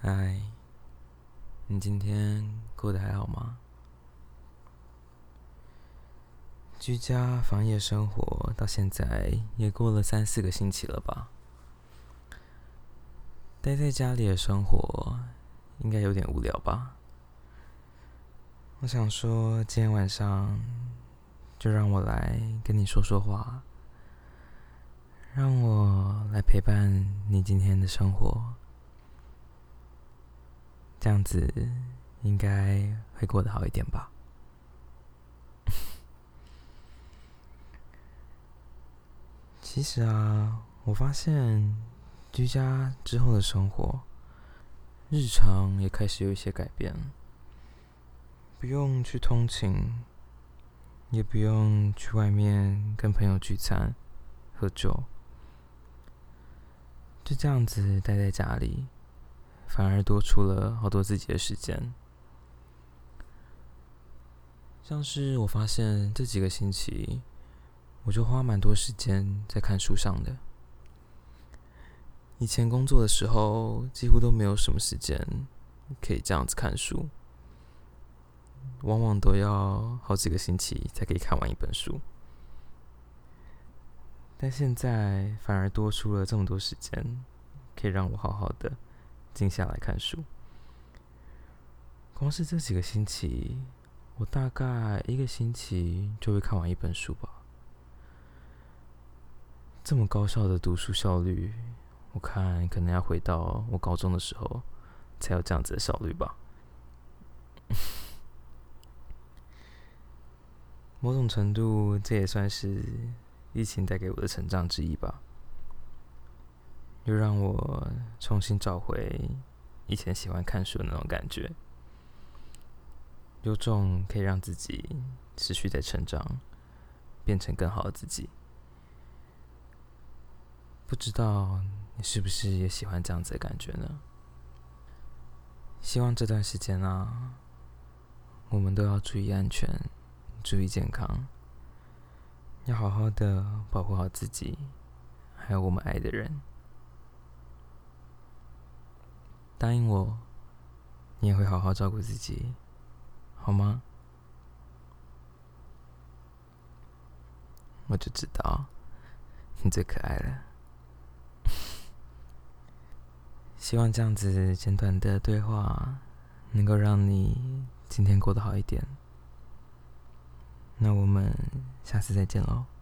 嗨，你今天过得还好吗？居家防疫生活到现在也过了3、4个星期了吧？待在家里的生活应该有点无聊吧？我想说，今天晚上就让我来跟你说说话，让我来陪伴你今天的生活，这样子应该会过得好一点吧？其实啊，我发现居家之后的生活，日常也开始有一些改变，不用去通勤，也不用去外面跟朋友聚餐、喝酒，就这样子待在家里，反而多出了好多自己的时间。像是我发现这几个星期，我就花蛮多时间在看书上的。以前工作的时候，几乎都没有什么时间可以这样子看书，往往都要好几个星期才可以看完一本书。但现在反而多出了这么多时间，可以让我好好的静下来看书。光是这几个星期，我大概一个星期就会看完一本书吧。这么高效的读书效率，我看可能要回到我高中的时候才有这样子的效率吧。某种程度，这也算是疫情带给我的成长之一吧，又让我重新找回以前喜欢看书的那种感觉，有种可以让自己持续在成长，变成更好的自己。不知道你是不是也喜欢这样子的感觉呢？希望这段时间啊，我们都要注意安全，注意健康，要好好的保护好自己，还有我们爱的人。答应我，你也会好好照顾自己，好吗？我就知道你最可爱了。希望这样子简短的对话能够让你今天过得好一点。那我们下次再见喽。